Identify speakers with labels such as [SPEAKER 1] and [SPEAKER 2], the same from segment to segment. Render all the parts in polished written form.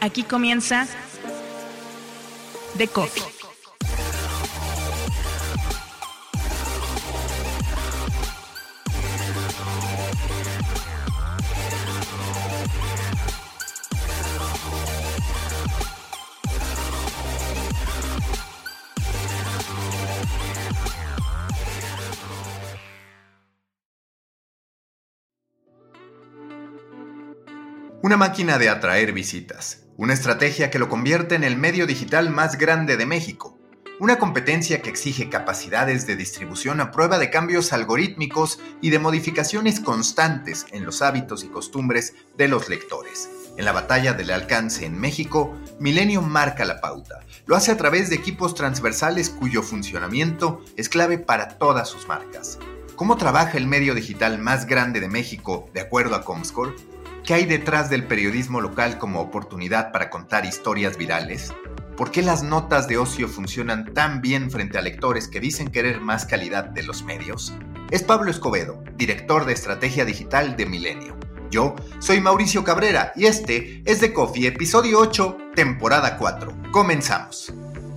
[SPEAKER 1] Aquí comienza The Coffee.
[SPEAKER 2] Una máquina de atraer visitas, una estrategia que lo convierte en el medio digital más grande de México, una competencia que exige capacidades de distribución a prueba de cambios algorítmicos y de modificaciones constantes en los hábitos y costumbres de los lectores. En la batalla del alcance en México, Milenio marca la pauta. Lo hace a través de equipos transversales cuyo funcionamiento es clave para todas sus marcas. ¿Cómo trabaja el medio digital más grande de México de acuerdo a Comscore? ¿Qué hay detrás del periodismo local como oportunidad para contar historias virales? ¿Por qué las notas de ocio funcionan tan bien frente a lectores que dicen querer más calidad de los medios? Es Pablo Escobedo, director de estrategia digital de Milenio. Yo soy Mauricio Cabrera y este es The Coffee, episodio 8, temporada 4. Comenzamos.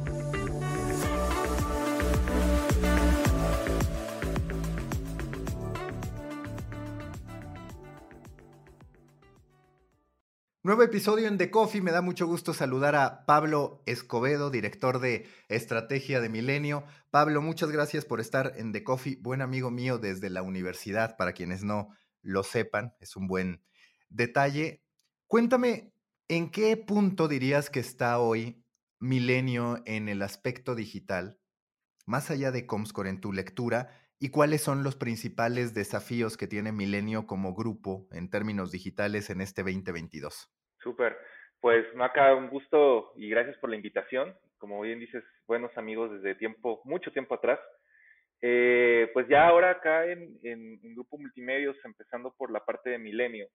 [SPEAKER 2] Nuevo episodio en The Coffee. Me da mucho gusto saludar a Pablo Escobedo, director de estrategia de Milenio. Pablo, muchas gracias por estar en The Coffee. Buen amigo mío desde la universidad, para quienes no lo sepan, es un buen detalle. Cuéntame, ¿en qué punto dirías que está hoy Milenio en el aspecto digital, más allá de Comscore en tu lectura, y cuáles son los principales desafíos que tiene Milenio como grupo en términos digitales en este 2022?
[SPEAKER 3] Súper. Pues Maca, un gusto y gracias por la invitación. Como bien dices, buenos amigos desde tiempo, mucho tiempo atrás. Pues ya ahora acá en Grupo Multimedios, empezando por la parte de Milenio,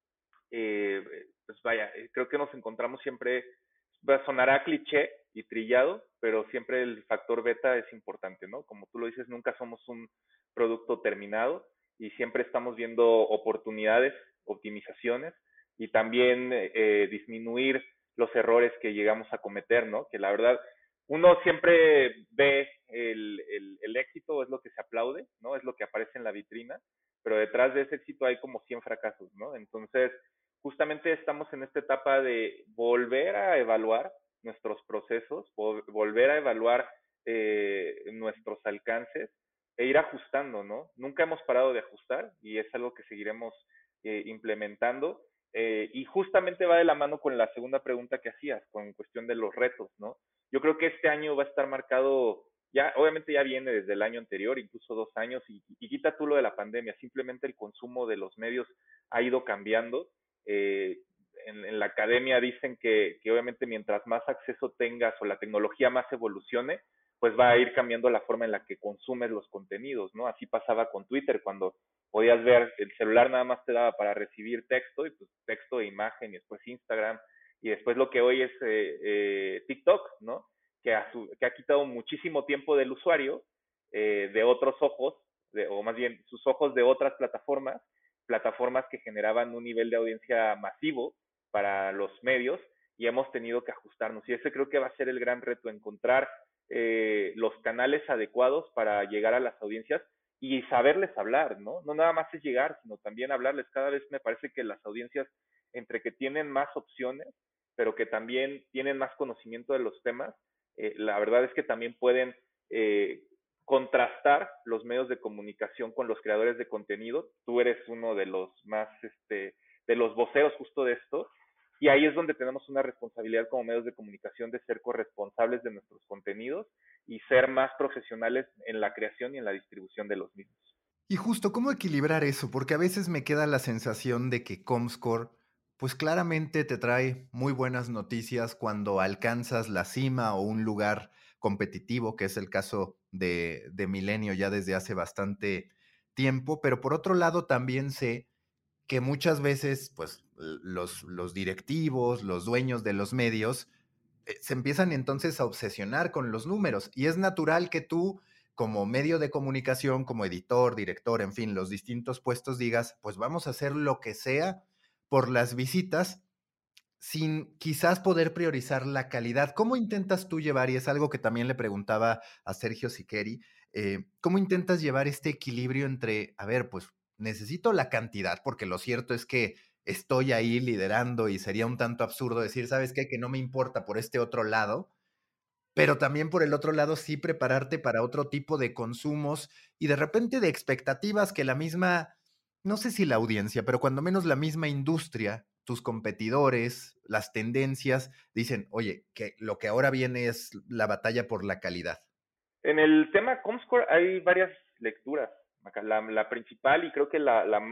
[SPEAKER 3] pues vaya, creo que nos encontramos siempre, sonará cliché y trillado, pero siempre el factor beta es importante, ¿no? Como tú lo dices, nunca somos un producto terminado y siempre estamos viendo oportunidades, optimizaciones y también disminuir los errores que llegamos a cometer, ¿no? Que la verdad, uno siempre ve el éxito, es lo que se aplaude, ¿no? Es lo que aparece en la vitrina, pero detrás de ese éxito hay como 100 fracasos, ¿no? Entonces, justamente estamos en esta etapa de volver a evaluar nuestros procesos, volver a evaluar nuestros alcances e ir ajustando, ¿no? Nunca hemos parado de ajustar y es algo que seguiremos implementando. Y justamente va de la mano con la segunda pregunta que hacías, con cuestión de los retos, ¿no? Yo creo que este año va a estar marcado, ya obviamente ya viene desde el año anterior, incluso 2 años, y quita tú lo de la pandemia, simplemente el consumo de los medios ha ido cambiando. Eh, en la academia dicen que obviamente mientras más acceso tengas o la tecnología más evolucione, pues va a ir cambiando la forma en la que consumes los contenidos, ¿no? Así pasaba con Twitter, cuando podías ver, el celular nada más te daba para recibir texto, y pues texto e imagen, y después Instagram, y después lo que hoy es TikTok, ¿no? Que ha quitado muchísimo tiempo del usuario, de otros ojos, o más bien sus ojos de otras plataformas que generaban un nivel de audiencia masivo para los medios, y hemos tenido que ajustarnos. Y ese creo que va a ser el gran reto, encontrar los canales adecuados para llegar a las audiencias y saberles hablar, ¿no? No nada más es llegar, sino también hablarles. Cada vez me parece que las audiencias, entre que tienen más opciones, pero que también tienen más conocimiento de los temas, la verdad es que también pueden contrastar los medios de comunicación con los creadores de contenido. Tú eres uno de los más, de los voceros justo de esto, y ahí es donde tenemos una responsabilidad como medios de comunicación de ser corresponsables de nuestros contenidos y ser más profesionales en la creación y en la distribución de los mismos.
[SPEAKER 2] Y justo, ¿cómo equilibrar eso? Porque a veces me queda la sensación de que Comscore, pues claramente te trae muy buenas noticias cuando alcanzas la cima o un lugar competitivo, que es el caso de Milenio ya desde hace bastante tiempo, pero por otro lado también sé que muchas veces, pues, los directivos, los dueños de los medios, se empiezan entonces a obsesionar con los números. Y es natural que tú, como medio de comunicación, como editor, director, en fin, los distintos puestos, digas, pues vamos a hacer lo que sea por las visitas, sin quizás poder priorizar la calidad. ¿Cómo intentas tú llevar? Y es algo que también le preguntaba a Sergio Siqueri, ¿cómo intentas llevar este equilibrio entre, a ver, pues necesito la cantidad, porque lo cierto es que estoy ahí liderando y sería un tanto absurdo decir, ¿sabes qué? Que no me importa por este otro lado, pero también por el otro lado sí prepararte para otro tipo de consumos y de repente de expectativas que la misma, no sé si la audiencia, pero cuando menos la misma industria, tus competidores, las tendencias, dicen, oye, que lo que ahora viene es la batalla por la calidad.
[SPEAKER 3] En el tema Comscore hay varias lecturas. La principal y creo que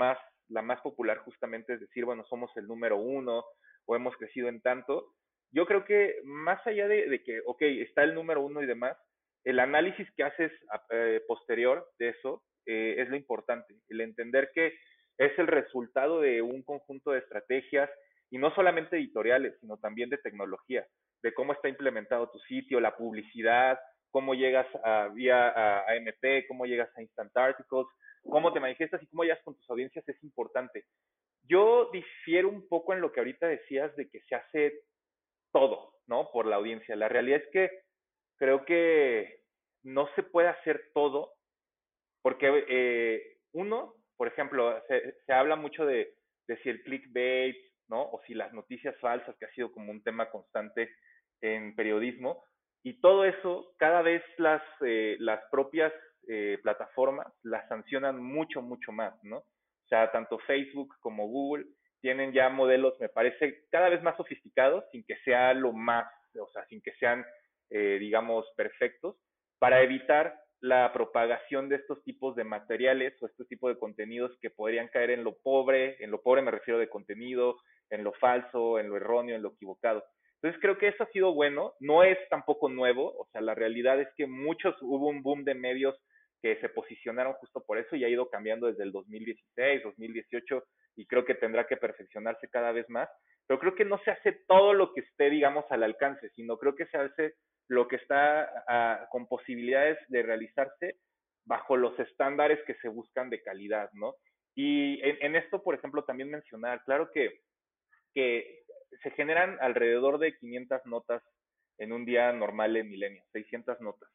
[SPEAKER 3] la más popular justamente es decir, bueno, somos el número uno o hemos crecido en tanto. Yo creo que más allá de que, ok, está el número uno y demás, el análisis que haces posterior de eso es lo importante. El entender que es el resultado de un conjunto de estrategias y no solamente editoriales, sino también de tecnología, de cómo está implementado tu sitio, la publicidad, cómo llegas vía a AMP, cómo llegas a Instant Articles, cómo te manifiestas y cómo llegas con tus audiencias es importante. Yo difiero un poco en lo que ahorita decías de que se hace todo, ¿no? Por la audiencia. La realidad es que creo que no se puede hacer todo porque uno, por ejemplo, se habla mucho de si el clickbait, ¿no? O si las noticias falsas, que ha sido como un tema constante en periodismo, y todo eso, cada vez las propias plataformas las sancionan mucho, mucho más, ¿no? O sea, tanto Facebook como Google tienen ya modelos, me parece, cada vez más sofisticados, sin que sea lo más, o sea, sin que sean, digamos, perfectos, para evitar la propagación de estos tipos de materiales o estos tipos de contenidos que podrían caer en lo pobre me refiero de contenido, en lo falso, en lo erróneo, en lo equivocado. Entonces creo que eso ha sido bueno, no es tampoco nuevo, o sea, la realidad es que hubo un boom de medios que se posicionaron justo por eso y ha ido cambiando desde el 2016, 2018 y creo que tendrá que perfeccionarse cada vez más, pero creo que no se hace todo lo que esté, digamos, al alcance, sino creo que se hace lo que está con posibilidades de realizarse bajo los estándares que se buscan de calidad, ¿no? Y en esto, por ejemplo, también mencionar, claro que se generan alrededor de 500 notas en un día normal en Milenio, 600 notas.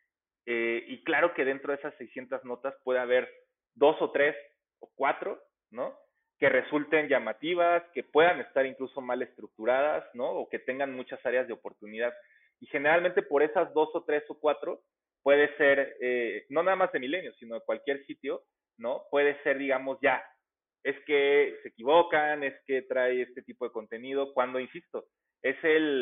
[SPEAKER 3] Y claro que dentro de esas 600 notas puede haber dos o tres o cuatro, ¿no? Que resulten llamativas, que puedan estar incluso mal estructuradas, ¿no? O que tengan muchas áreas de oportunidad. Y generalmente por esas dos o tres o cuatro puede ser, no nada más de Milenio, sino de cualquier sitio, ¿no? Puede ser, digamos, ya, es que se equivocan, es que trae este tipo de contenido, cuando, insisto, es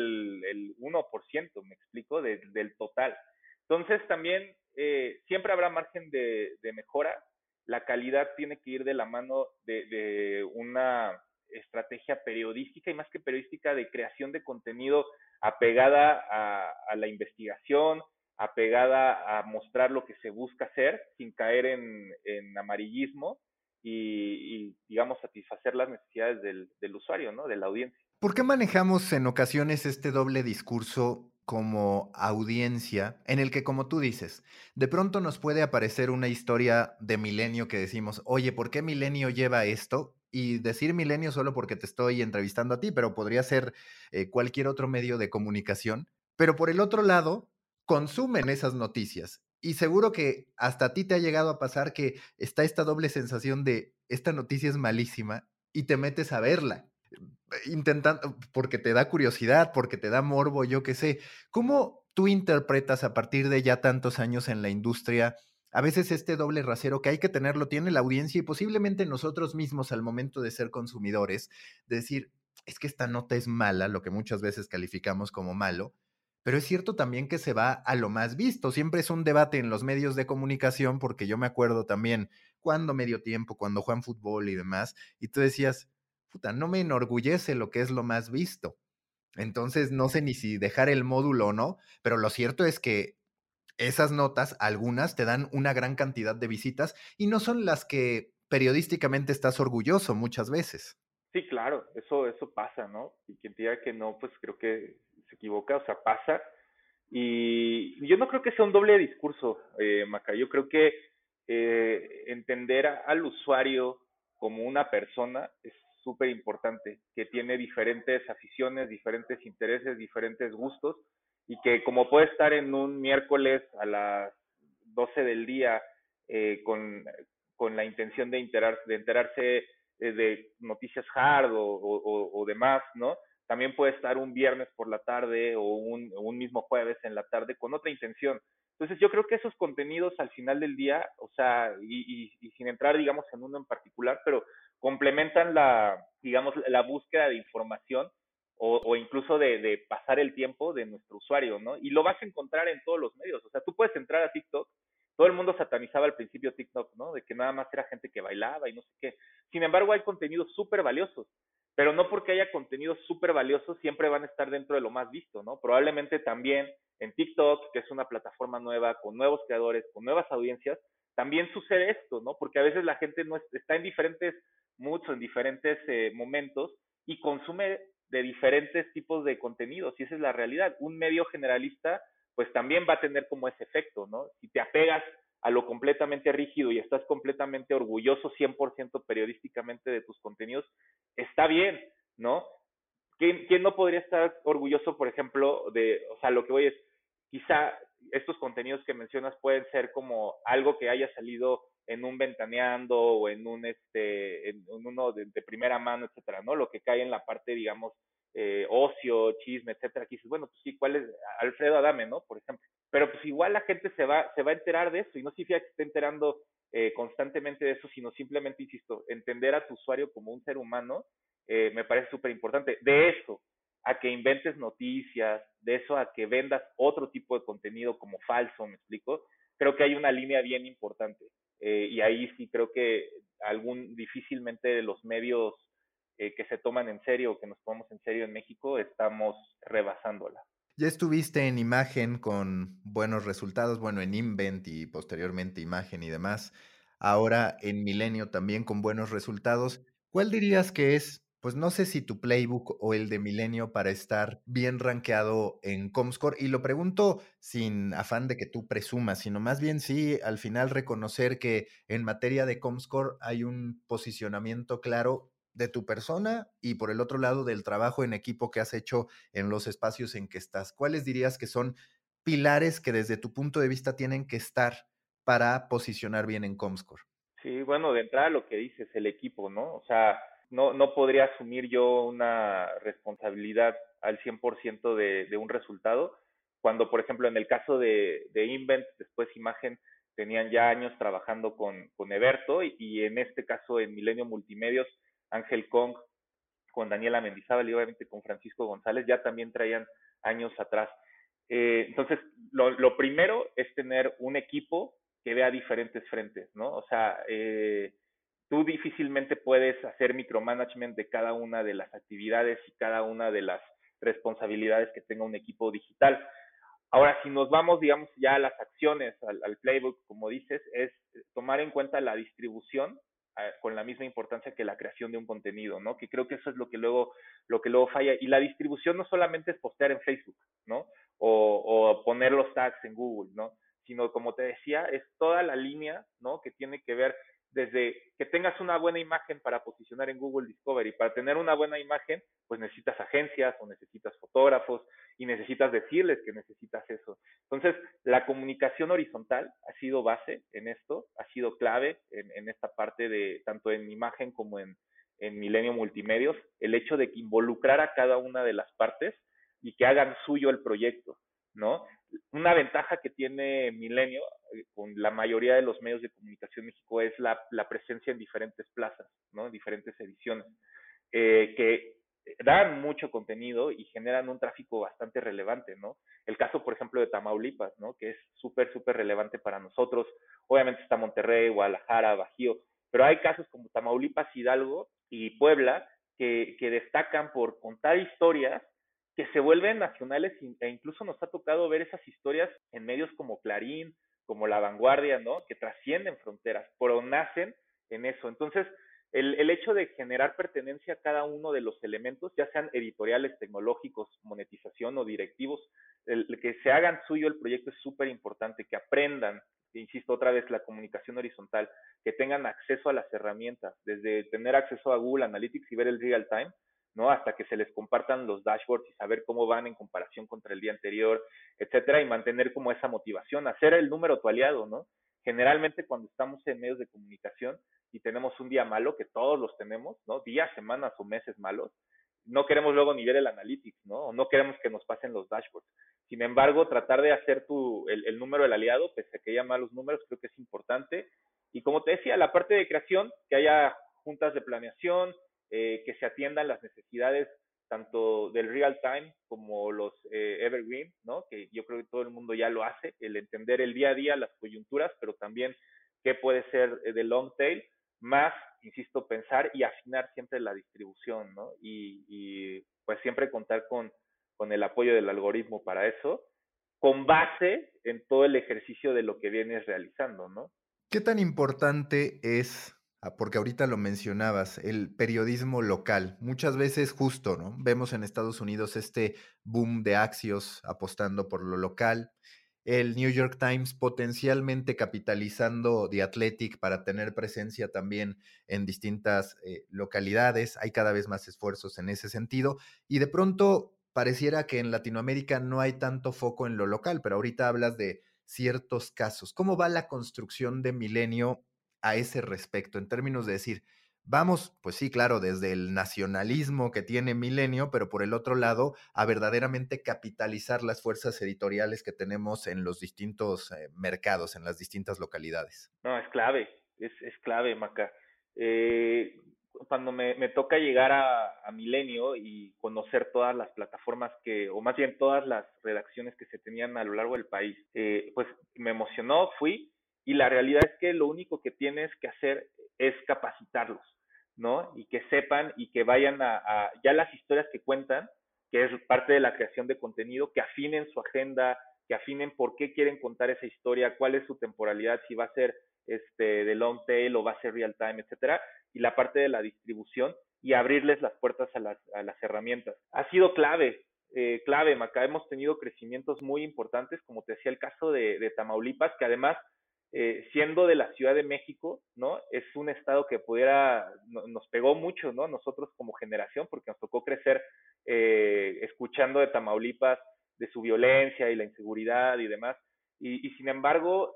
[SPEAKER 3] el 1%, me explico, del total. Entonces también siempre habrá margen de mejora. La calidad tiene que ir de la mano de una estrategia periodística y más que periodística de creación de contenido apegada a la investigación, apegada a mostrar lo que se busca hacer sin caer en amarillismo digamos, satisfacer las necesidades del usuario, ¿no? De la audiencia.
[SPEAKER 2] ¿Por qué manejamos en ocasiones este doble discurso como audiencia en el que, como tú dices, de pronto nos puede aparecer una historia de Milenio que decimos, oye, ¿por qué Milenio lleva esto? Y decir Milenio solo porque te estoy entrevistando a ti, pero podría ser cualquier otro medio de comunicación. Pero por el otro lado, consumen esas noticias. Y seguro que hasta a ti te ha llegado a pasar que está esta doble sensación de esta noticia es malísima y te metes a verla intentando, porque te da curiosidad, porque te da morbo, yo qué sé. ¿Cómo tú interpretas a partir de ya tantos años en la industria, a veces este doble rasero que hay que tenerlo, tiene la audiencia y posiblemente nosotros mismos al momento de ser consumidores, de decir, es que esta nota es mala, lo que muchas veces calificamos como malo, pero es cierto también que se va a lo más visto. Siempre es un debate en los medios de comunicación, porque yo me acuerdo también cuando Medio Tiempo, cuando Juan Fútbol y demás, y tú decías, puta, no me enorgullece lo que es lo más visto. Entonces, no sé ni si dejar el módulo o no, pero lo cierto es que esas notas, algunas te dan una gran cantidad de visitas y no son las que periodísticamente estás orgulloso muchas veces.
[SPEAKER 3] Sí, claro, eso pasa, ¿no? Y quien diga que no, pues creo que se equivoca, o sea, pasa. Y yo no creo que sea un doble discurso, Maca. Yo creo que entender al usuario como una persona súper importante, que tiene diferentes aficiones, diferentes intereses, diferentes gustos, y que como puede estar en un miércoles a las 12 del día con la intención de enterarse de noticias hard o demás, ¿no? También puede estar un viernes por la tarde o un mismo jueves en la tarde con otra intención. Entonces yo creo que esos contenidos al final del día, o sea, y sin entrar, digamos, en uno en particular, pero complementan digamos, la búsqueda de información o incluso de pasar el tiempo de nuestro usuario, ¿no? Y lo vas a encontrar en todos los medios. O sea, tú puedes entrar a TikTok, todo el mundo satanizaba al principio TikTok, ¿no? De que nada más era gente que bailaba y no sé qué. Sin embargo, hay contenidos súper valiosos, pero no porque haya contenidos súper valiosos siempre van a estar dentro de lo más visto, ¿no? Probablemente también en TikTok, que es una plataforma nueva, con nuevos creadores, con nuevas audiencias, también sucede esto, ¿no? Porque a veces la gente no está en diferentes moods, en diferentes momentos y consume de diferentes tipos de contenidos y esa es la realidad. Un medio generalista pues también va a tener como ese efecto, ¿no? Si te apegas a lo completamente rígido y estás completamente orgulloso 100% periodísticamente de tus contenidos, está bien, ¿no? ¿Quién no podría estar orgulloso, por ejemplo, o sea, lo que voy es, quizá estos contenidos que mencionas pueden ser como algo que haya salido en un ventaneando o en uno de primera mano, etcétera, ¿no? Lo que cae en la parte, digamos, ocio, chisme, etcétera. Aquí dices, bueno, pues sí, ¿cuál es? Alfredo Adame, ¿no? Por ejemplo. Pero pues igual la gente se va a enterar de eso y no significa que esté enterando constantemente de eso, sino simplemente, insisto, entender a tu usuario como un ser humano me parece súper importante. De eso a que inventes noticias, de eso a que vendas otro tipo de contenido como falso, ¿me explico? Creo que hay una línea bien importante. Y ahí sí creo que difícilmente de los medios que se toman en serio o que nos tomamos en serio en México estamos rebasándola.
[SPEAKER 2] Ya estuviste en Imagen con buenos resultados, bueno, en Invent y posteriormente Imagen y demás. Ahora en Milenio también con buenos resultados. ¿Cuál dirías que es, pues no sé si tu playbook o el de Milenio para estar bien rankeado en Comscore? Y lo pregunto sin afán de que tú presumas, sino más bien sí al final reconocer que en materia de Comscore hay un posicionamiento claro de tu persona y por el otro lado del trabajo en equipo que has hecho en los espacios en que estás. ¿Cuáles dirías que son pilares que desde tu punto de vista tienen que estar para posicionar bien en Comscore?
[SPEAKER 3] Sí, bueno, de entrada lo que dices, el equipo, ¿no? O sea, no podría asumir yo una responsabilidad al 100% de un resultado, cuando, por ejemplo, en el caso de Invent, después Imagen, tenían ya años trabajando con Eberto y en este caso en Milenio Multimedios, Ángel Kong con Daniela Mendizábal y obviamente con Francisco González, ya también traían años atrás. Entonces, lo primero es tener un equipo que vea diferentes frentes, ¿no? O sea, tú difícilmente puedes hacer micromanagement de cada una de las actividades y cada una de las responsabilidades que tenga un equipo digital. Ahora, si nos vamos, digamos, ya a las acciones, al playbook, como dices, es tomar en cuenta la distribución con la misma importancia que la creación de un contenido, ¿no? Que creo que eso es lo que luego falla. Y la distribución no solamente es postear en Facebook, ¿no? O poner los tags en Google, ¿no? Sino, como te decía, es toda la línea, ¿no? Que tiene que ver desde que tengas una buena imagen para posicionar en Google Discovery. Para tener una buena imagen, pues necesitas agencias o necesitas fotógrafos y necesitas decirles que necesitas eso. Entonces, la comunicación horizontal ha sido base en esto, ha sido clave en esta parte de tanto en imagen como en Milenio Multimedios, el hecho de que involucrar a cada una de las partes y que hagan suyo el proyecto, ¿no? Una ventaja que tiene Milenio con la mayoría de los medios de comunicación en México es la presencia en diferentes plazas, ¿no? En diferentes ediciones, que dan mucho contenido y generan un tráfico bastante relevante, ¿no? El caso, por ejemplo, de Tamaulipas, ¿no? Que es súper, súper relevante para nosotros. Obviamente está Monterrey, Guadalajara, Bajío, pero hay casos como Tamaulipas, Hidalgo y Puebla que destacan por contar historias que se vuelven nacionales e incluso nos ha tocado ver esas historias en medios como Clarín, como La Vanguardia, ¿no? Que trascienden fronteras, pero nacen en eso. Entonces, el hecho de generar pertenencia a cada uno de los elementos, ya sean editoriales, tecnológicos, monetización o directivos, que se hagan suyo el proyecto es súper importante, que aprendan insisto otra vez, la comunicación horizontal, que tengan acceso a las herramientas, desde tener acceso a Google Analytics y ver el real time, ¿no? Hasta que se les compartan los dashboards y saber cómo van en comparación contra el día anterior, etcétera, y mantener como esa motivación, hacer el número tu aliado, ¿no? Generalmente cuando estamos en medios de comunicación y tenemos un día malo, que todos los tenemos, ¿no? Días, semanas o meses malos, no queremos luego ni ver el analytics, ¿no? O no queremos que nos pasen los dashboards. Sin embargo, tratar de hacer el número del aliado, pese a que haya malos números, creo que es importante. Y como te decía, la parte de creación, que haya juntas de planeación, que se atiendan las necesidades tanto del real time como los evergreen, ¿no? Que yo creo que todo el mundo ya lo hace, el entender el día a día, las coyunturas, pero también qué puede ser de long tail, más, insisto, pensar y afinar siempre la distribución, ¿no? Y pues siempre contar con el apoyo del algoritmo para eso, con base en todo el ejercicio de lo que vienes realizando, ¿no?
[SPEAKER 2] ¿Qué tan importante es, porque ahorita lo mencionabas, el periodismo local? Muchas veces justo, ¿no? Vemos en Estados Unidos este boom de Axios apostando por lo local, el New York Times potencialmente capitalizando The Athletic para tener presencia también en distintas localidades. Hay cada vez más esfuerzos en ese sentido y de pronto pareciera que en Latinoamérica no hay tanto foco en lo local, pero ahorita hablas de ciertos casos. ¿Cómo va la construcción de Milenio a ese respecto? En términos de decir, vamos, pues sí, claro, desde el nacionalismo que tiene Milenio, pero por el otro lado, a verdaderamente capitalizar las fuerzas editoriales que tenemos en los distintos mercados, en las distintas localidades.
[SPEAKER 3] No, es clave, Maca. Eh, Cuando me toca llegar a Milenio y conocer todas las plataformas o más bien todas las redacciones que se tenían a lo largo del país, pues me emocionó, fui, y la realidad es que lo único que tienes que hacer es capacitarlos, ¿no? Y que sepan y que vayan ya las historias que cuentan, que es parte de la creación de contenido, que afinen su agenda, que afinen por qué quieren contar esa historia, cuál es su temporalidad, si va a ser de long tail o va a ser real time, etcétera, y la parte de la distribución y abrirles las puertas a las herramientas. Ha sido clave, Maca. Hemos tenido crecimientos muy importantes, como te decía el caso de Tamaulipas, que además, siendo de la Ciudad de México, ¿no? Es un estado que nos pegó mucho, ¿no? Nosotros como generación, porque nos tocó crecer escuchando de Tamaulipas, de su violencia y la inseguridad y demás. Y sin embargo,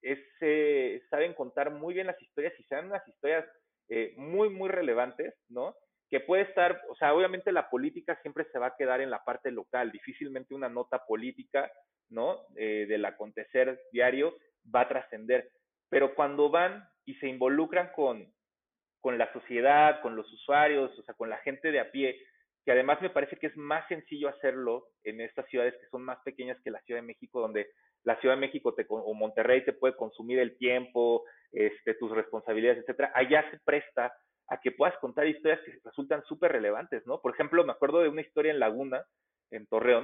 [SPEAKER 3] saben contar muy bien las historias y sean unas historias muy, muy relevantes, ¿no? Que puede estar, o sea, obviamente la política siempre se va a quedar en la parte local, difícilmente una nota política, ¿no? Del acontecer diario va a trascender, pero cuando van y se involucran con la sociedad, con los usuarios, o sea, con la gente de a pie, que además me parece que es más sencillo hacerlo en estas ciudades que son más pequeñas que la Ciudad de México, donde la Ciudad de México o Monterrey te puede consumir el tiempo, tus responsabilidades, etcétera. Allá se presta a que puedas contar historias que resultan súper relevantes, ¿no? Por ejemplo, me acuerdo de una historia en Laguna, en Torreón,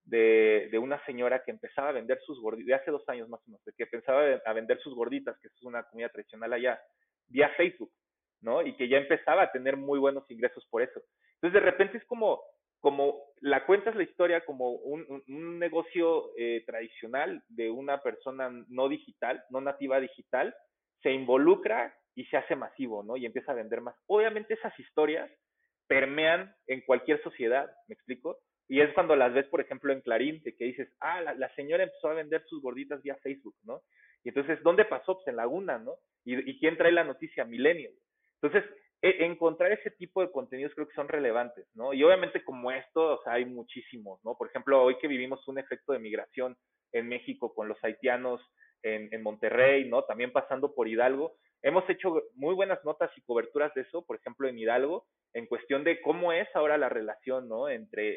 [SPEAKER 3] de una señora que empezaba a vender sus gorditas, de hace 2 años más o menos, de que pensaba a vender sus gorditas, que es una comida tradicional allá, vía Facebook, ¿no? Y que ya empezaba a tener muy buenos ingresos por eso. Entonces, de repente es como la cuentas la historia como un negocio tradicional de una persona no digital, no nativa digital, se involucra y se hace masivo, ¿no? Y empieza a vender más. Obviamente esas historias permean en cualquier sociedad, ¿me explico? Y es cuando las ves, por ejemplo, en Clarín, de que dices, la señora empezó a vender sus gorditas vía Facebook, ¿no? Y entonces, ¿dónde pasó? Pues en Laguna, ¿no? ¿Y quién trae la noticia? Milenio. Entonces, encontrar ese tipo de contenidos creo que son relevantes, ¿no? Y obviamente como esto, o sea, hay muchísimos, ¿no? Por ejemplo, hoy que vivimos un efecto de migración en México con los haitianos en Monterrey, ¿no? También pasando por Hidalgo, hemos hecho muy buenas notas y coberturas de eso, por ejemplo, en Hidalgo, en cuestión de cómo es ahora la relación, ¿no?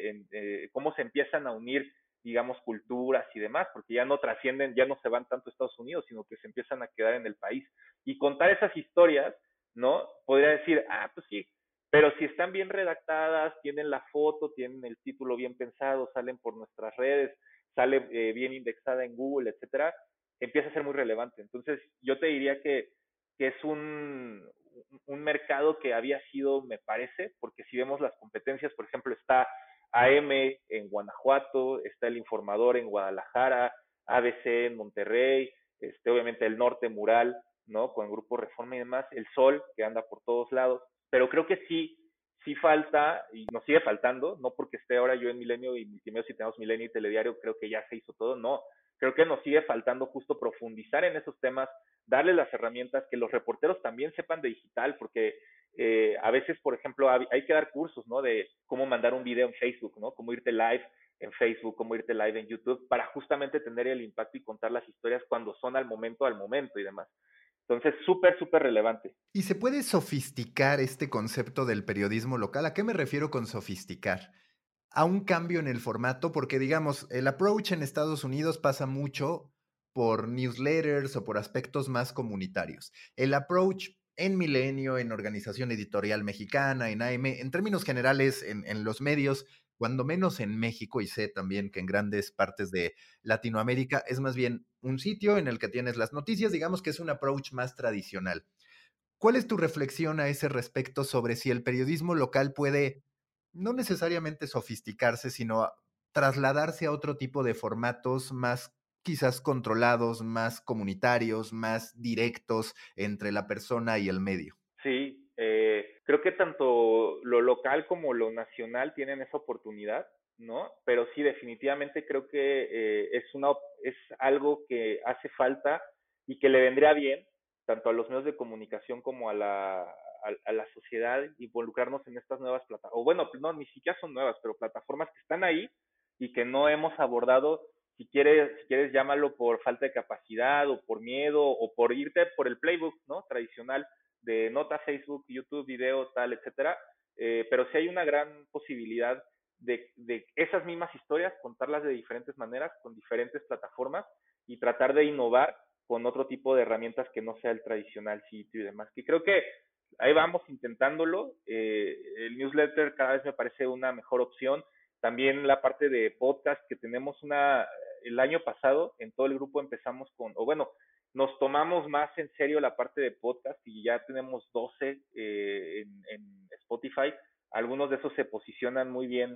[SPEAKER 3] Cómo se empiezan a unir, digamos, culturas y demás, porque ya no trascienden, ya no se van tanto a Estados Unidos, sino que se empiezan a quedar en el país. Y contar esas historias, ¿no? Podría decir, pues sí, pero si están bien redactadas, tienen la foto, tienen el título bien pensado, salen por nuestras redes, sale bien indexada en Google, etcétera, empieza a ser muy relevante. Entonces, yo te diría que es un mercado que había sido, me parece, porque si vemos las competencias, por ejemplo, está AM en Guanajuato, está El Informador en Guadalajara, ABC en Monterrey, obviamente el norte, Mural, ¿no? Con el Grupo Reforma y demás, el Sol, que anda por todos lados, pero creo que sí falta, y nos sigue faltando, no porque esté ahora yo en Milenio y Multimedios y tenemos Milenio y Telediario, creo que ya se hizo todo, no, creo que nos sigue faltando justo profundizar en esos temas, darle las herramientas, que los reporteros también sepan de digital, porque a veces, por ejemplo, hay que dar cursos, ¿no? De cómo mandar un video en Facebook, ¿no? Cómo irte live en Facebook, cómo irte live en YouTube, para justamente tener el impacto y contar las historias cuando son al momento y demás. Entonces, súper, súper relevante.
[SPEAKER 2] ¿Y se puede sofisticar este concepto del periodismo local? ¿A qué me refiero con sofisticar? A un cambio en el formato, porque digamos, el approach en Estados Unidos pasa mucho por newsletters o por aspectos más comunitarios. El approach en Milenio, en Organización Editorial Mexicana, en AM, en términos generales, en los medios, cuando menos en México, y sé también que en grandes partes de Latinoamérica, es más bien un sitio en el que tienes las noticias, digamos que es un approach más tradicional. ¿Cuál es tu reflexión a ese respecto sobre si el periodismo local puede no necesariamente sofisticarse, sino trasladarse a otro tipo de formatos más quizás controlados, más comunitarios, más directos entre la persona y el medio?
[SPEAKER 3] Sí, creo que tanto lo local como lo nacional tienen esa oportunidad, ¿no? Pero sí, definitivamente creo que es algo que hace falta y que le vendría bien tanto a los medios de comunicación como a la sociedad involucrarnos en estas nuevas plataformas, o bueno, no, ni siquiera son nuevas, pero plataformas que están ahí y que no hemos abordado, si quieres llámalo por falta de capacidad o por miedo o por irte por el playbook, ¿no? Tradicional de nota, Facebook, YouTube, video, tal, etcétera. Pero sí hay una gran posibilidad de esas mismas historias, contarlas de diferentes maneras, con diferentes plataformas y tratar de innovar con otro tipo de herramientas que no sea el tradicional sitio y demás. Que creo que ahí vamos intentándolo. El newsletter cada vez me parece una mejor opción. También la parte de podcast que tenemos el año pasado en todo el grupo empezamos o bueno, nos tomamos más en serio la parte de podcast y ya tenemos 12 en Spotify. Algunos de esos se posicionan muy bien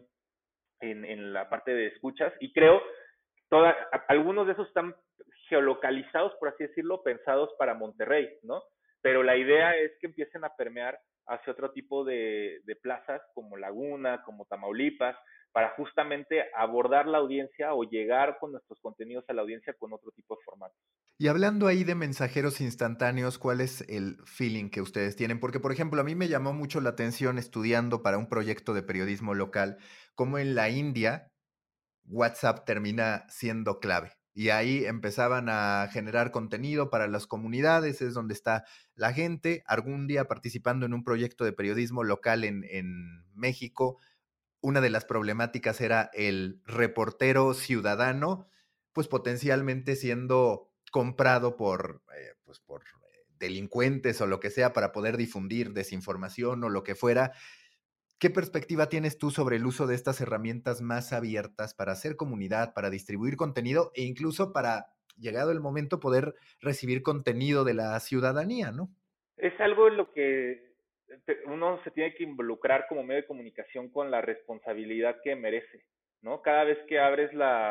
[SPEAKER 3] en la parte de escuchas y creo algunos de esos están geolocalizados, por así decirlo, pensados para Monterrey, ¿no? Pero la idea es que empiecen a permear hacia otro tipo de plazas como Laguna, como Tamaulipas, para justamente abordar la audiencia o llegar con nuestros contenidos a la audiencia con otro tipo de formatos.
[SPEAKER 2] Y hablando ahí de mensajeros instantáneos, ¿cuál es el feeling que ustedes tienen? Porque, por ejemplo, a mí me llamó mucho la atención estudiando para un proyecto de periodismo local, como en la India WhatsApp termina siendo clave. Y ahí empezaban a generar contenido para las comunidades, es donde está la gente. Algún día participando en un proyecto de periodismo local en México, una de las problemáticas era el reportero ciudadano, pues potencialmente siendo comprado por delincuentes o lo que sea para poder difundir desinformación o lo que fuera. ¿Qué perspectiva tienes tú sobre el uso de estas herramientas más abiertas para hacer comunidad, para distribuir contenido e incluso para, llegado el momento, poder recibir contenido de la ciudadanía, ¿no?
[SPEAKER 3] Es algo en lo que uno se tiene que involucrar como medio de comunicación con la responsabilidad que merece, ¿no? Cada vez que abres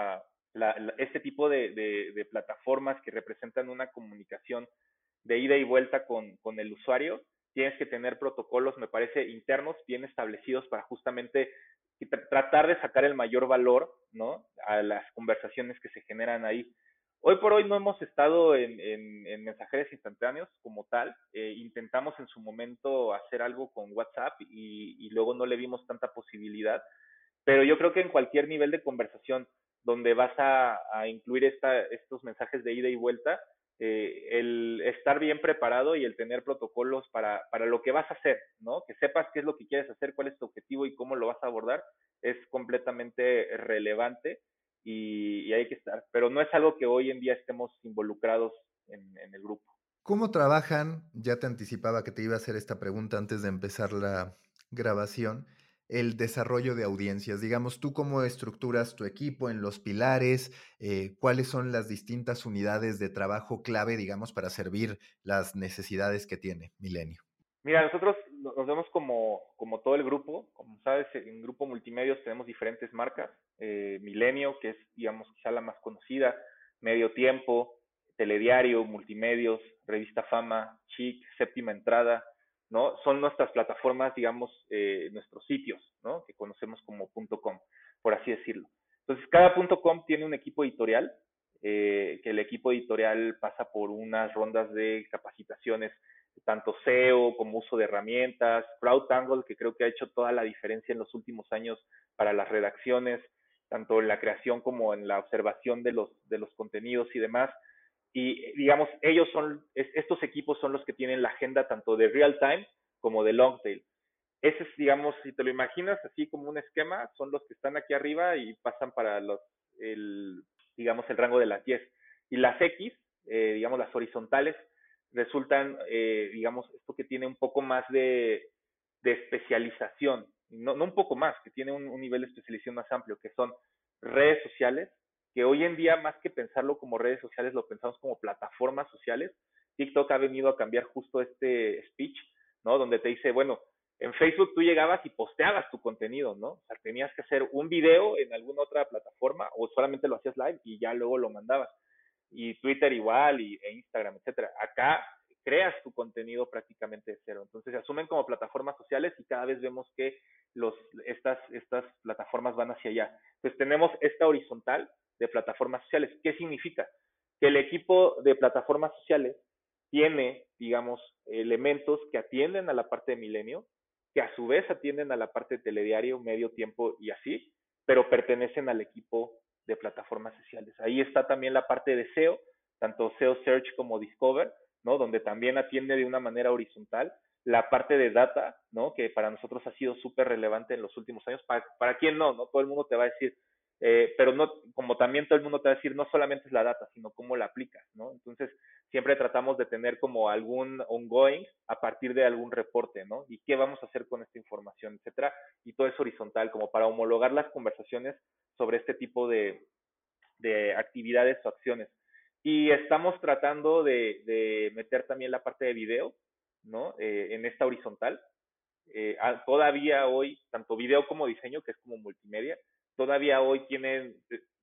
[SPEAKER 3] este tipo de plataformas que representan una comunicación de ida y vuelta con el usuario, tienes que tener protocolos, me parece, internos bien establecidos para justamente tratar de sacar el mayor valor, ¿no? A las conversaciones que se generan ahí. Hoy por hoy no hemos estado en mensajeros instantáneos como tal. Intentamos en su momento hacer algo con WhatsApp y luego no le vimos tanta posibilidad. Pero yo creo que en cualquier nivel de conversación donde vas a incluir estos mensajes de ida y vuelta, el estar bien preparado y el tener protocolos para lo que vas a hacer, ¿no? Que sepas qué es lo que quieres hacer, cuál es tu objetivo y cómo lo vas a abordar, es completamente relevante y hay que estar. Pero no es algo que hoy en día estemos involucrados en el grupo.
[SPEAKER 2] ¿Cómo trabajan? Ya te anticipaba que te iba a hacer esta pregunta antes de empezar la grabación. El desarrollo de audiencias. Digamos, ¿tú cómo estructuras tu equipo en los pilares? ¿Cuáles son las distintas unidades de trabajo clave, digamos, para servir las necesidades que tiene Milenio?
[SPEAKER 3] Mira, nosotros nos vemos como todo el grupo. Como sabes, en Grupo Multimedios tenemos diferentes marcas. Milenio, que es, digamos, quizá la más conocida, Medio Tiempo, Telediario, Multimedios, Revista Fama, Chic, Séptima Entrada, ¿no? Son nuestras plataformas, digamos, nuestros sitios, ¿no? Que conocemos como .com, por así decirlo. Entonces, cada .com tiene un equipo editorial, que el equipo editorial pasa por unas rondas de capacitaciones, tanto SEO como uso de herramientas, CrowdTangle, que creo que ha hecho toda la diferencia en los últimos años para las redacciones, tanto en la creación como en la observación de los contenidos y demás. Y digamos, estos equipos son los que tienen la agenda tanto de real time como de long tail. Ese es, digamos, si te lo imaginas así como un esquema, son los que están aquí arriba y pasan para digamos, el rango de las 10. Y las X, digamos, las horizontales, resultan, digamos, esto que tiene un poco más de especialización, no un poco más, que tiene un nivel de especialización más amplio, que son redes sociales, que hoy en día, más que pensarlo como redes sociales, lo pensamos como plataformas sociales. TikTok ha venido a cambiar justo este speech, ¿no? Donde te dice, bueno, en Facebook tú llegabas y posteabas tu contenido, ¿no? O sea, tenías que hacer un video en alguna otra plataforma o solamente lo hacías live y ya luego lo mandabas. Y Twitter igual, e Instagram, etcétera. Acá creas tu contenido prácticamente de cero. Entonces se asumen como plataformas sociales y cada vez vemos que estas plataformas van hacia allá. Entonces tenemos esta horizontal de plataformas sociales. ¿Qué significa? Que el equipo de plataformas sociales tiene, digamos, elementos que atienden a la parte de Milenio, que a su vez atienden a la parte de telediario, medio tiempo y así, pero pertenecen al equipo de plataformas sociales. Ahí está también la parte de SEO, tanto SEO Search como Discover, ¿no? Donde también atiende de una manera horizontal la parte de data, ¿no? Que para nosotros ha sido súper relevante en los últimos años. Para quién no, ¿no? Todo el mundo te va a decir, pero no, como también todo el mundo te va a decir, no solamente es la data, sino cómo la aplicas, ¿no? Entonces, siempre tratamos de tener como algún ongoing a partir de algún reporte, ¿no? Y qué vamos a hacer con esta información, etcétera. Y todo es horizontal, como para homologar las conversaciones sobre este tipo de actividades o acciones. Y estamos tratando de meter también la parte de video, ¿no? En esta horizontal. Todavía hoy, tanto video como diseño, que es como multimedia, todavía hoy tienen,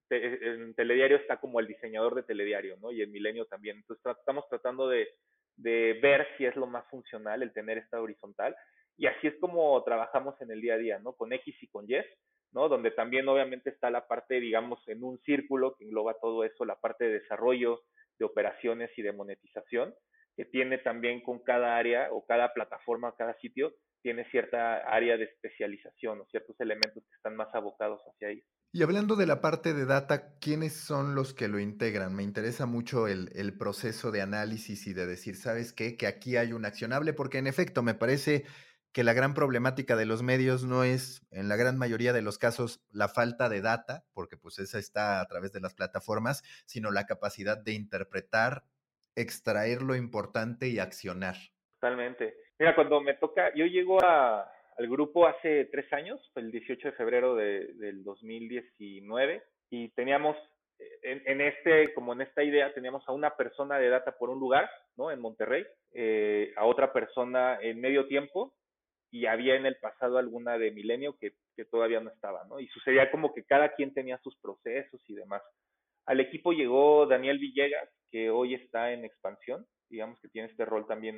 [SPEAKER 3] en Telediario está como el diseñador de Telediario, ¿no? Y en Milenio también. Entonces estamos tratando de ver si es lo más funcional el tener esta horizontal. Y así es como trabajamos en el día a día, ¿no? Con X y con Y, ¿no? Donde también obviamente está la parte, digamos, en un círculo que engloba todo eso, la parte de desarrollo, de operaciones y de monetización, que tiene también con cada área o cada plataforma, cada sitio, tiene cierta área de especialización o ciertos elementos que están más abocados hacia ahí.
[SPEAKER 2] Y hablando de la parte de data, ¿quiénes son los que lo integran? Me interesa mucho el proceso de análisis y de decir, ¿sabes qué? Que aquí hay un accionable, porque en efecto me parece que la gran problemática de los medios no es, en la gran mayoría de los casos, la falta de data, porque pues esa está a través de las plataformas, sino la capacidad de interpretar, extraer lo importante y accionar.
[SPEAKER 3] Totalmente. Mira, cuando me toca, yo llego al grupo hace 3 años, el 18 de febrero del 2019, y teníamos, como en esta idea, teníamos a una persona de data por un lugar, ¿no? En Monterrey, a otra persona en medio tiempo, y había en el pasado alguna de Milenio que todavía no estaba, ¿no? Y sucedía como que cada quien tenía sus procesos y demás. Al equipo llegó Daniel Villegas, que hoy está en expansión, digamos que tiene este rol también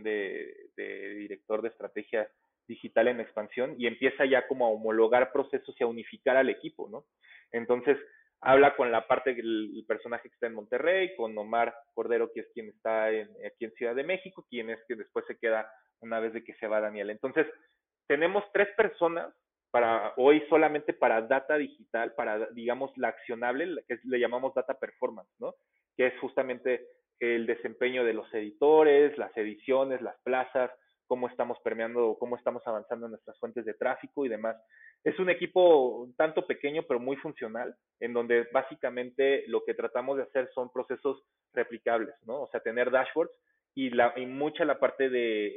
[SPEAKER 3] de director de estrategia digital en expansión y empieza ya como a homologar procesos y a unificar al equipo, ¿no? Entonces, habla con la parte del personaje que está en Monterrey, con Omar Cordero, que es quien está aquí en Ciudad de México, quien es que después se queda una vez de que se va Daniel. Entonces, tenemos 3 personas para hoy solamente para data digital, para, digamos, la accionable, que le llamamos data performance, ¿no? Que es justamente el desempeño de los editores, las ediciones, las plazas, cómo estamos permeando, cómo estamos avanzando en nuestras fuentes de tráfico y demás. Es un equipo un tanto pequeño, pero muy funcional, en donde básicamente lo que tratamos de hacer son procesos replicables, ¿no? O sea, tener dashboards y mucha la parte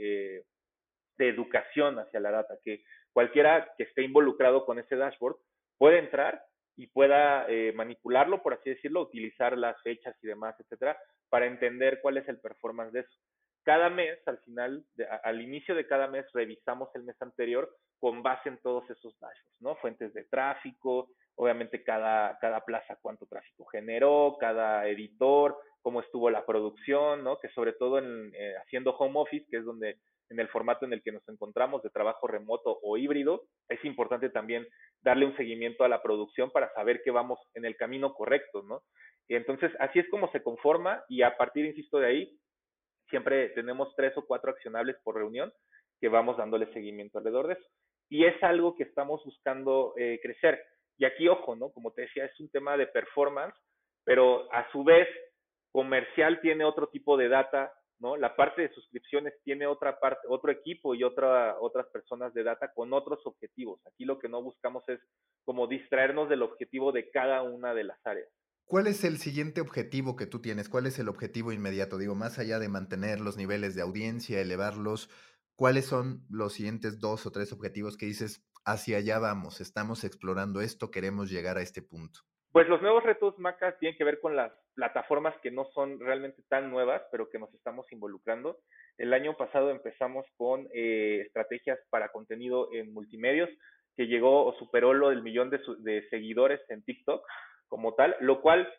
[SPEAKER 3] de educación hacia la data, que cualquiera que esté involucrado con ese dashboard puede entrar y pueda manipularlo, por así decirlo, utilizar las fechas y demás, etcétera, para entender cuál es el performance de eso. Cada mes, al inicio de cada mes, revisamos el mes anterior con base en todos esos dashboards, ¿no? Fuentes de tráfico, obviamente cada plaza cuánto tráfico generó, cada editor, cómo estuvo la producción, ¿no? Que sobre todo haciendo home office, que es donde en el formato en el que nos encontramos de trabajo remoto o híbrido, es importante también darle un seguimiento a la producción para saber que vamos en el camino correcto, ¿no? Y entonces, así es como se conforma y a partir, insisto, de ahí, siempre tenemos 3 o 4 accionables por reunión que vamos dándole seguimiento alrededor de eso. Y es algo que estamos buscando crecer. Y aquí, ojo, ¿no? Como te decía, es un tema de performance, pero a su vez, comercial tiene otro tipo de data, ¿no? La parte de suscripciones tiene otra parte, otro equipo y otras personas de data con otros objetivos. Aquí lo que no buscamos es como distraernos del objetivo de cada una de las áreas.
[SPEAKER 2] ¿Cuál es el siguiente objetivo que tú tienes? ¿Cuál es el objetivo inmediato? Digo, más allá de mantener los niveles de audiencia, elevarlos, ¿cuáles son los siguientes 2 o 3 objetivos que dices, hacia allá vamos, estamos explorando esto, queremos llegar a este punto?
[SPEAKER 3] Pues los nuevos retos Maca tienen que ver con las plataformas que no son realmente tan nuevas, pero que nos estamos involucrando. El año pasado empezamos con estrategias para contenido en multimedios, que llegó o superó lo del millón de seguidores en TikTok como tal, lo cual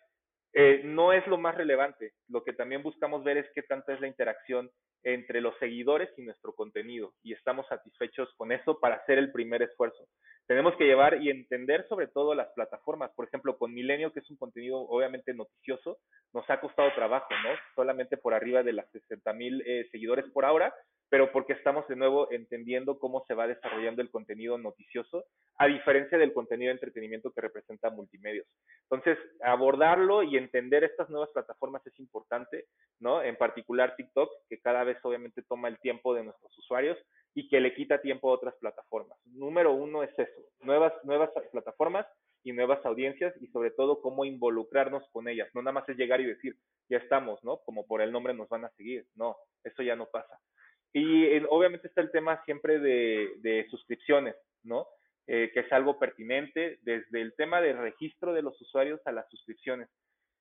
[SPEAKER 3] no es lo más relevante. Lo que también buscamos ver es qué tanta es la interacción entre los seguidores y nuestro contenido. Y estamos satisfechos con eso para hacer el primer esfuerzo. Tenemos que llevar y entender sobre todo las plataformas. Por ejemplo, con Milenio, que es un contenido obviamente noticioso, nos ha costado trabajo, ¿no? Solamente por arriba de las 60,000 seguidores por ahora, pero porque estamos de nuevo entendiendo cómo se va desarrollando el contenido noticioso, a diferencia del contenido de entretenimiento que representa multimedios. Entonces, abordarlo y entender estas nuevas plataformas es importante, ¿no? En particular TikTok, que cada vez obviamente toma el tiempo de nuestros usuarios y que le quita tiempo a otras plataformas. Número uno es eso, nuevas plataformas y nuevas audiencias y sobre todo cómo involucrarnos con ellas. No nada más es llegar y decir, ya estamos, ¿no? Como por el nombre nos van a seguir. No, eso ya no pasa. Y obviamente está el tema siempre de suscripciones, ¿no? Que es algo pertinente desde el tema de registro de los usuarios a las suscripciones.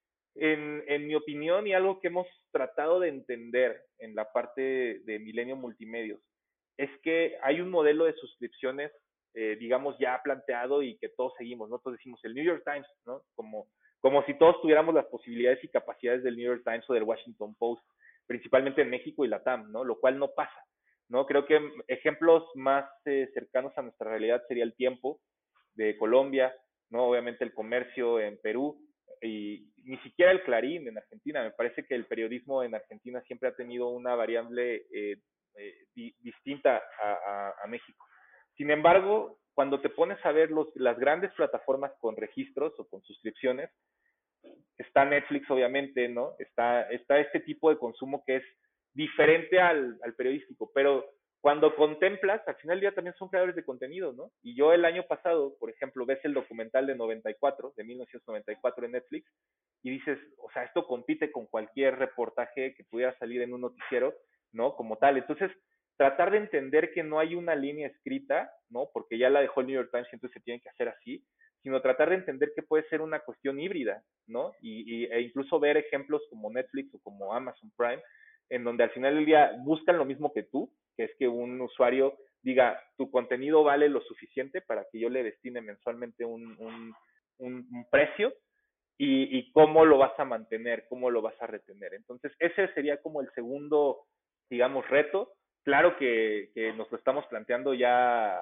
[SPEAKER 3] Mi opinión y algo que hemos tratado de entender en la parte de Milenio Multimedios es que hay un modelo de suscripciones, digamos, ya planteado y que todos seguimos, ¿no? Todos decimos el New York Times, ¿no? Como si todos tuviéramos las posibilidades y capacidades del New York Times o del Washington Post, principalmente en México y Latam, ¿no? Lo cual no pasa, ¿no? Creo que ejemplos más cercanos a nuestra realidad sería el Tiempo de Colombia, ¿no? Obviamente el Comercio en Perú, y ni siquiera el Clarín en Argentina. Me parece que el periodismo en Argentina siempre ha tenido una variable distinta a México. Sin embargo, cuando te pones a ver las grandes plataformas con registros o con suscripciones, está Netflix obviamente, ¿no? Está este tipo de consumo que es diferente al periodístico, pero cuando contemplas, al final del día también son creadores de contenido, ¿no? Y yo el año pasado, por ejemplo, ves el documental de 94, de 1994 en Netflix, y dices, o sea, esto compite con cualquier reportaje que pudiera salir en un noticiero, ¿no? Como tal. Entonces, tratar de entender que no hay una línea escrita, ¿no? Porque ya la dejó el New York Times, entonces se tiene que hacer así, sino tratar de entender que puede ser una cuestión híbrida, ¿no? E incluso ver ejemplos como Netflix o como Amazon Prime, en donde al final del día buscan lo mismo que tú, que es que un usuario diga, tu contenido vale lo suficiente para que yo le destine mensualmente un precio y cómo lo vas a mantener, cómo lo vas a retener. Entonces, ese sería como el segundo, digamos, reto. Claro que nos lo estamos planteando ya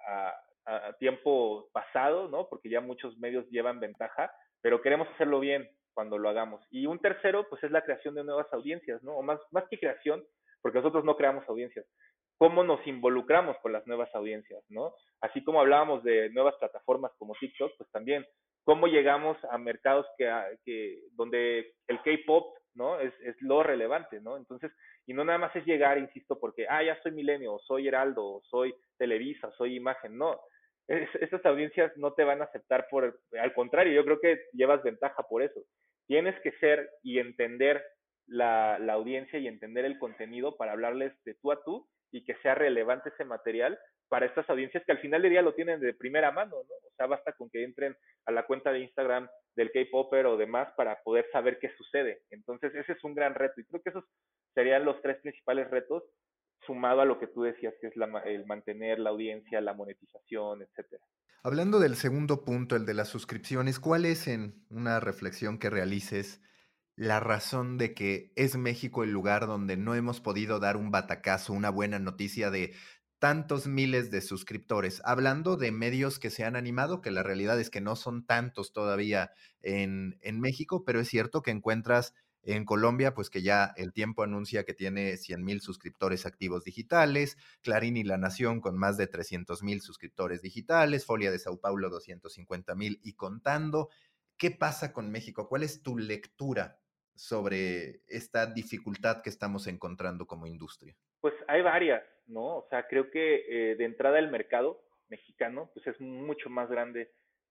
[SPEAKER 3] a tiempo pasado, ¿no? Porque ya muchos medios llevan ventaja, pero queremos hacerlo bien cuando lo hagamos. Y un tercero, pues es la creación de nuevas audiencias, ¿no? O más que creación, porque nosotros no creamos audiencias. ¿Cómo nos involucramos con las nuevas audiencias, ¿no? Así como hablábamos de nuevas plataformas como TikTok, pues también cómo llegamos a mercados donde el K-pop, ¿no? Es lo relevante, ¿no? Entonces, y no nada más es llegar, insisto, porque, ya soy Milenio, o soy Heraldo, o soy Televisa, soy Imagen, no. Estas audiencias no te van a aceptar al contrario, yo creo que llevas ventaja por eso. Tienes que ser y entender la audiencia y entender el contenido para hablarles de tú a tú y que sea relevante ese material para estas audiencias que al final del día lo tienen de primera mano, ¿no? O sea, basta con que entren a la cuenta de Instagram del K-Popper o demás para poder saber qué sucede. Entonces, ese es un gran reto y creo que esos serían los 3 principales retos sumado a lo que tú decías, que es el mantener la audiencia, la monetización, etcétera.
[SPEAKER 2] Hablando del segundo punto, el de las suscripciones, ¿cuál es, en una reflexión que realices, la razón de que es México el lugar donde no hemos podido dar un batacazo, una buena noticia de tantos miles de suscriptores? Hablando de medios que se han animado, que la realidad es que no son tantos todavía en México, pero es cierto que encuentras en Colombia, pues que ya el Tiempo anuncia que tiene 100,000 suscriptores activos digitales, Clarín y La Nación con más de 300,000 suscriptores digitales, Folia de Sao Paulo 250,000 y contando. ¿Qué pasa con México? ¿Cuál es tu lectura sobre esta dificultad que estamos encontrando como industria?
[SPEAKER 3] Pues hay varias, ¿no? O sea, creo que de entrada el mercado mexicano, pues es mucho más grande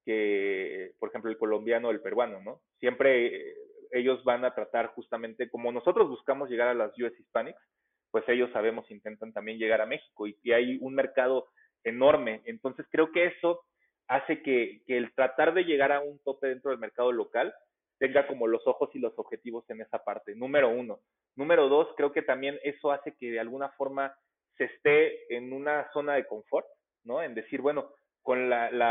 [SPEAKER 3] que, por ejemplo, el colombiano o el peruano, ¿no? Siempre ellos van a tratar justamente, como nosotros buscamos llegar a las US Hispanics, pues ellos sabemos, intentan también llegar a México y hay un mercado enorme. Entonces creo que eso hace que el tratar de llegar a un tope dentro del mercado local tenga como los ojos y los objetivos en esa parte, número uno. Número dos, creo que también eso hace que de alguna forma se esté en una zona de confort, ¿no? En decir, bueno, con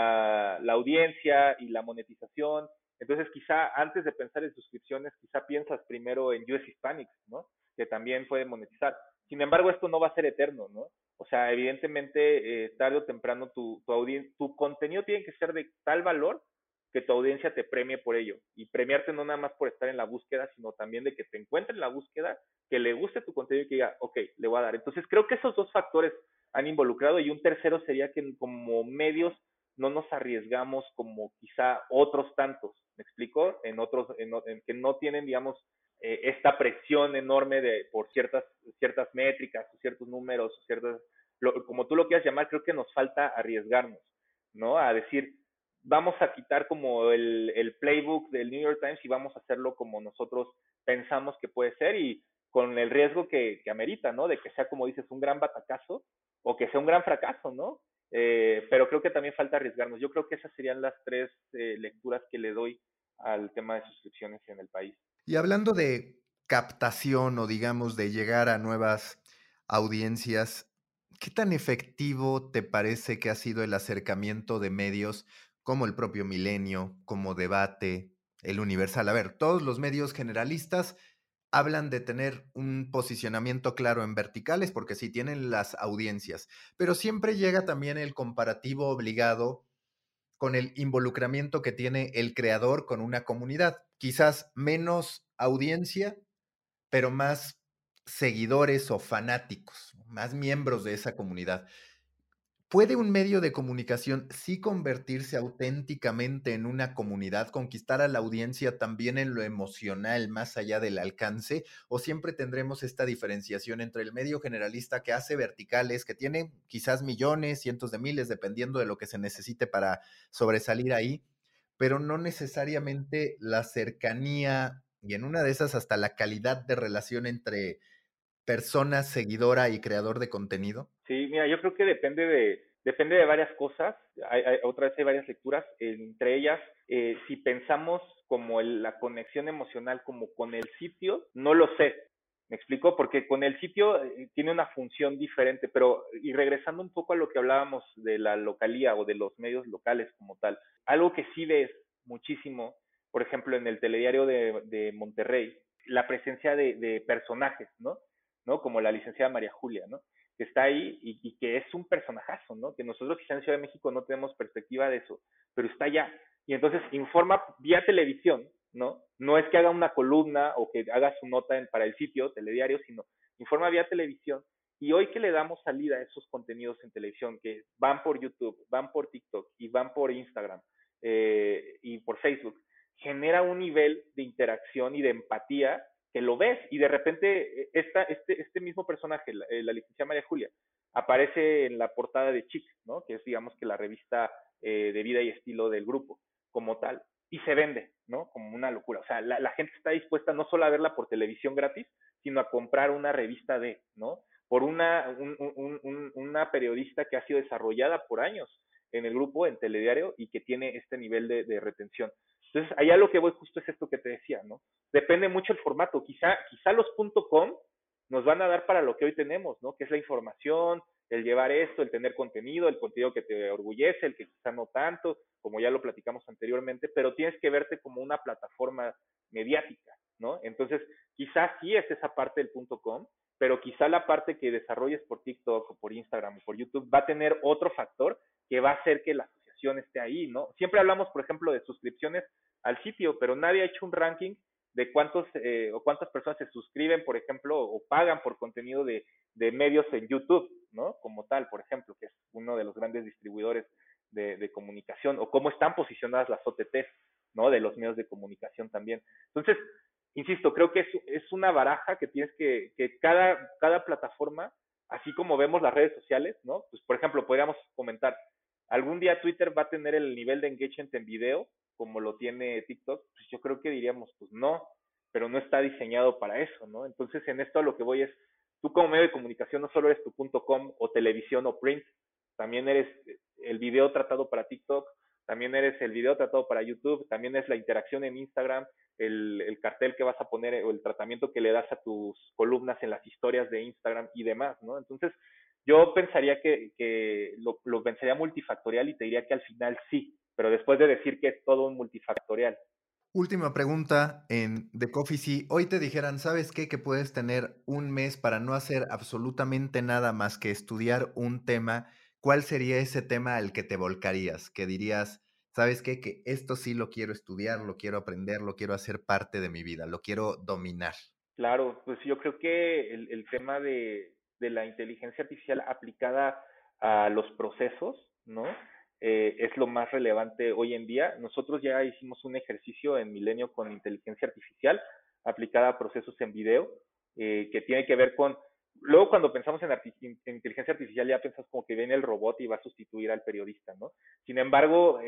[SPEAKER 3] la audiencia y la monetización, entonces quizá antes de pensar en suscripciones, quizá piensas primero en US Hispanics, ¿no? Que también puede monetizar. Sin embargo, esto no va a ser eterno, ¿no? O sea, evidentemente, tarde o temprano tu contenido tiene que ser de tal valor que tu audiencia te premie por ello. Y premiarte no nada más por estar en la búsqueda, sino también de que te encuentre en la búsqueda, que le guste tu contenido y que diga, ok, le voy a dar. Entonces creo que esos dos factores han involucrado y un tercero sería que como medios no nos arriesgamos como quizá otros tantos, ¿me explico? En que no tienen, digamos, esta presión enorme por ciertas métricas, o ciertos números, o como tú lo quieras llamar, creo que nos falta arriesgarnos, ¿no? A decir, vamos a quitar como el playbook del New York Times y vamos a hacerlo como nosotros pensamos que puede ser y con el riesgo que amerita, ¿no? De que sea, como dices, un gran batacazo o que sea un gran fracaso, ¿no? Pero creo que también falta arriesgarnos. Yo creo que esas serían las tres lecturas que le doy al tema de suscripciones en el país.
[SPEAKER 2] Y hablando de captación o digamos de llegar a nuevas audiencias, ¿qué tan efectivo te parece que ha sido el acercamiento de medios como el propio Milenio, como Debate, El Universal? A ver, todos los medios generalistas hablan de tener un posicionamiento claro en verticales porque sí tienen las audiencias, pero siempre llega también el comparativo obligado con el involucramiento que tiene el creador con una comunidad. Quizás menos audiencia, pero más seguidores o fanáticos, más miembros de esa comunidad. ¿Puede un medio de comunicación sí convertirse auténticamente en una comunidad, conquistar a la audiencia también en lo emocional, más allá del alcance? ¿O siempre tendremos esta diferenciación entre el medio generalista que hace verticales, que tiene quizás millones, cientos de miles, dependiendo de lo que se necesite para sobresalir ahí, pero no necesariamente la cercanía y en una de esas hasta la calidad de relación entre persona, seguidora y creador de contenido?
[SPEAKER 3] Sí, mira, yo creo que depende de varias cosas. Otra vez hay varias lecturas, entre ellas, si pensamos como la conexión emocional como con el sitio, no lo sé. ¿Me explico? Porque con el sitio tiene una función diferente, pero y regresando un poco a lo que hablábamos de la localía o de los medios locales como tal, algo que sí ves muchísimo, por ejemplo, en el telediario de Monterrey, la presencia de personajes, ¿no? ¿No? Como la licenciada María Julia, ¿no? Que está ahí y que es un personajazo, ¿no? Que nosotros quizá en Ciudad de México no tenemos perspectiva de eso, pero está allá. Y entonces informa vía televisión, ¿no? No es que haga una columna o que haga su nota para el sitio, telediario, sino informa vía televisión. Y hoy que le damos salida a esos contenidos en televisión, que van por YouTube, van por TikTok y van por Instagram y por Facebook, genera un nivel de interacción y de empatía que lo ves y de repente este mismo personaje, la licenciada María Julia, aparece en la portada de Chic, ¿no? Que es digamos que la revista de vida y estilo del grupo como tal y se vende, ¿no? Como una locura. O sea, la gente está dispuesta no solo a verla por televisión gratis, sino a comprar una revista ¿no? Por una periodista que ha sido desarrollada por años en el grupo, en Telediario, y que tiene este nivel de retención. Entonces, allá lo que voy justo es esto que te decía, ¿no? Depende mucho el formato. Quizá los .com nos van a dar para lo que hoy tenemos, ¿no? Que es la información, el llevar esto, el tener contenido, el contenido que te orgullece, el que quizá no tanto, como ya lo platicamos anteriormente, pero tienes que verte como una plataforma mediática, ¿no? Entonces, quizás sí es esa parte del punto com, pero quizá la parte que desarrolles por TikTok o por Instagram o por YouTube va a tener otro factor que va a hacer que la asociación esté ahí, ¿no? Siempre hablamos, por ejemplo, de suscripciones al sitio, pero nadie ha hecho un ranking de cuántos o cuántas personas se suscriben, por ejemplo, o pagan por contenido de medios en YouTube, ¿no? Como tal, por ejemplo, que es uno de los grandes distribuidores de comunicación, o cómo están posicionadas las OTTs, ¿no? De los medios de comunicación también. Entonces, insisto, creo que es una baraja que tienes que cada plataforma, así como vemos las redes sociales, ¿no? Pues, por ejemplo, podríamos comentar, ¿algún día Twitter va a tener el nivel de engagement en video como lo tiene TikTok? Pues yo creo que diríamos, pues no, pero no está diseñado para eso, ¿no? Entonces, en esto a lo que voy es, tú como medio de comunicación no solo eres tu punto com o televisión o print, también eres el video tratado para TikTok, también eres el video tratado para YouTube, también es la interacción en Instagram, el cartel que vas a poner o el tratamiento que le das a tus columnas en las historias de Instagram y demás, ¿no? Entonces, yo pensaría que lo pensaría multifactorial y te diría que al final sí, pero después de decir que es todo un multifactorial.
[SPEAKER 2] Última pregunta en The Coffee. Si hoy te dijeran, ¿sabes qué? Que puedes tener un mes para no hacer absolutamente nada más que estudiar un tema, ¿cuál sería ese tema al que te volcarías? Que dirías, ¿sabes qué? Que esto sí lo quiero estudiar, lo quiero aprender, lo quiero hacer parte de mi vida, lo quiero dominar.
[SPEAKER 3] Claro, pues yo creo que el tema de la inteligencia artificial aplicada a los procesos, ¿no? Es lo más relevante hoy en día. Nosotros ya hicimos un ejercicio en Milenio con inteligencia artificial aplicada a procesos en video, que tiene que ver con, luego cuando pensamos en inteligencia artificial ya pensamos como que viene el robot y va a sustituir al periodista, ¿no? Sin embargo,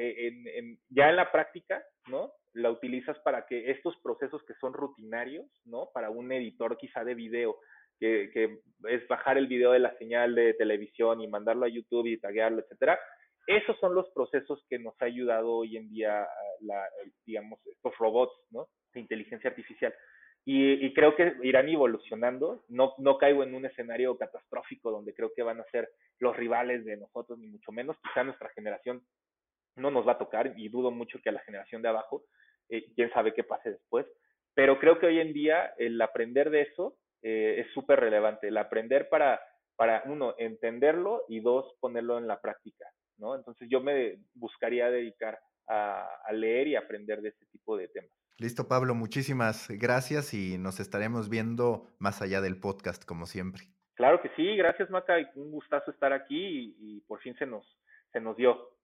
[SPEAKER 3] ya en la práctica, ¿no? La utilizas para que estos procesos que son rutinarios, ¿no? Para un editor quizá de video, que es bajar el video de la señal de televisión y mandarlo a YouTube y taguearlo, etcétera. Esos son los procesos que nos ha ayudado hoy en día, digamos, estos robots, ¿no? De inteligencia artificial. Y creo que irán evolucionando. No caigo en un escenario catastrófico donde creo que van a ser los rivales de nosotros, ni mucho menos. Quizá nuestra generación no nos va a tocar y dudo mucho que a la generación de abajo, quién sabe qué pase después, pero creo que hoy en día el aprender de eso es súper relevante, el aprender para, uno, entenderlo y dos, ponerlo en la práctica, ¿no? Entonces yo me buscaría dedicar a leer y aprender de este tipo de temas.
[SPEAKER 2] Listo, Pablo, muchísimas gracias y nos estaremos viendo más allá del podcast, como siempre.
[SPEAKER 3] Claro que sí, gracias Maca, y un gustazo estar aquí y por fin se nos dio.